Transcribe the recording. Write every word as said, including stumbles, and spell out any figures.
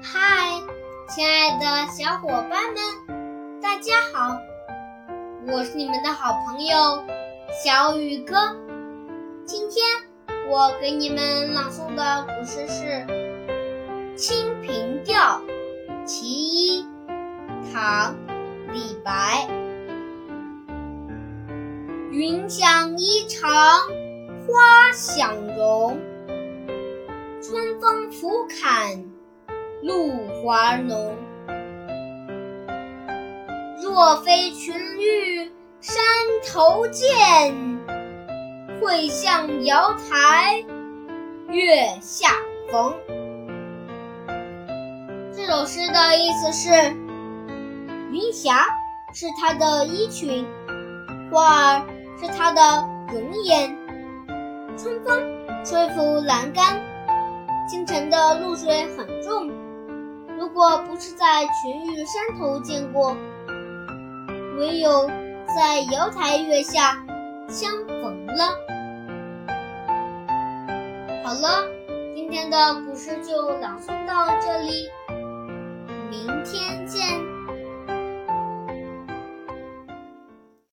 嗨，亲爱的小伙伴们，大家好！我是你们的好朋友小雨哥。今天我给你们朗诵的古诗是《清平调·其一》，唐·李白。云想衣裳花想容，春风拂槛露华浓。若非群玉山头见，会向瑶台月下逢。这首诗的意思是，云霞是它的衣裙，花儿是它的容颜，春风吹拂栏杆，清晨的露水很重，如果不是在群玉山头见过，唯有在瑶台月下相逢了。好了，今天的古诗就朗诵到这里，明天